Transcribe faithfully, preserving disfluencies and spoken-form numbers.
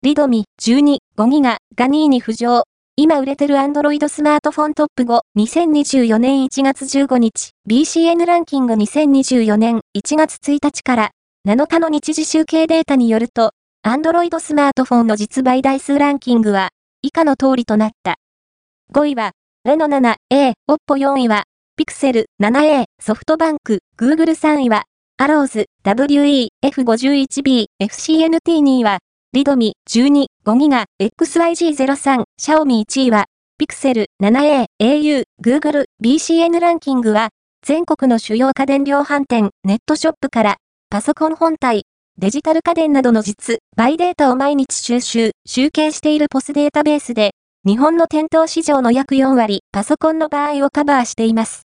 リドミじゅうに、ごギガがにいに浮上。今売れてる Android スマートフォントップご、にせんにじゅうよねんいちがつじゅうごにち、ビーシーエヌ ランキングにせんにじゅうよねんいちがつついたちからなのかの日時集計データによると、Android スマートフォンの実売台数ランキングは以下の通りとなった。ごいは、レノ ななエー、Oppo よんいは、Pixel ななエー、ソフトバンク、Google さんいは、アローズ、ダブリューイーエフごじゅういちビー、エフシーエヌティーにいは、リドミじゅうに、ごギガ、エックスワイジーゼロさん、Xiaomiいちいは、Pixel ななエー、au、Google、ビーシーエヌ ランキングは、全国の主要家電量販店、ネットショップから、パソコン本体、デジタル家電などの実、売データを毎日収集、集計しているポスデータベースで、日本の店頭市場の約よんわり、パソコンの場合をカバーしています。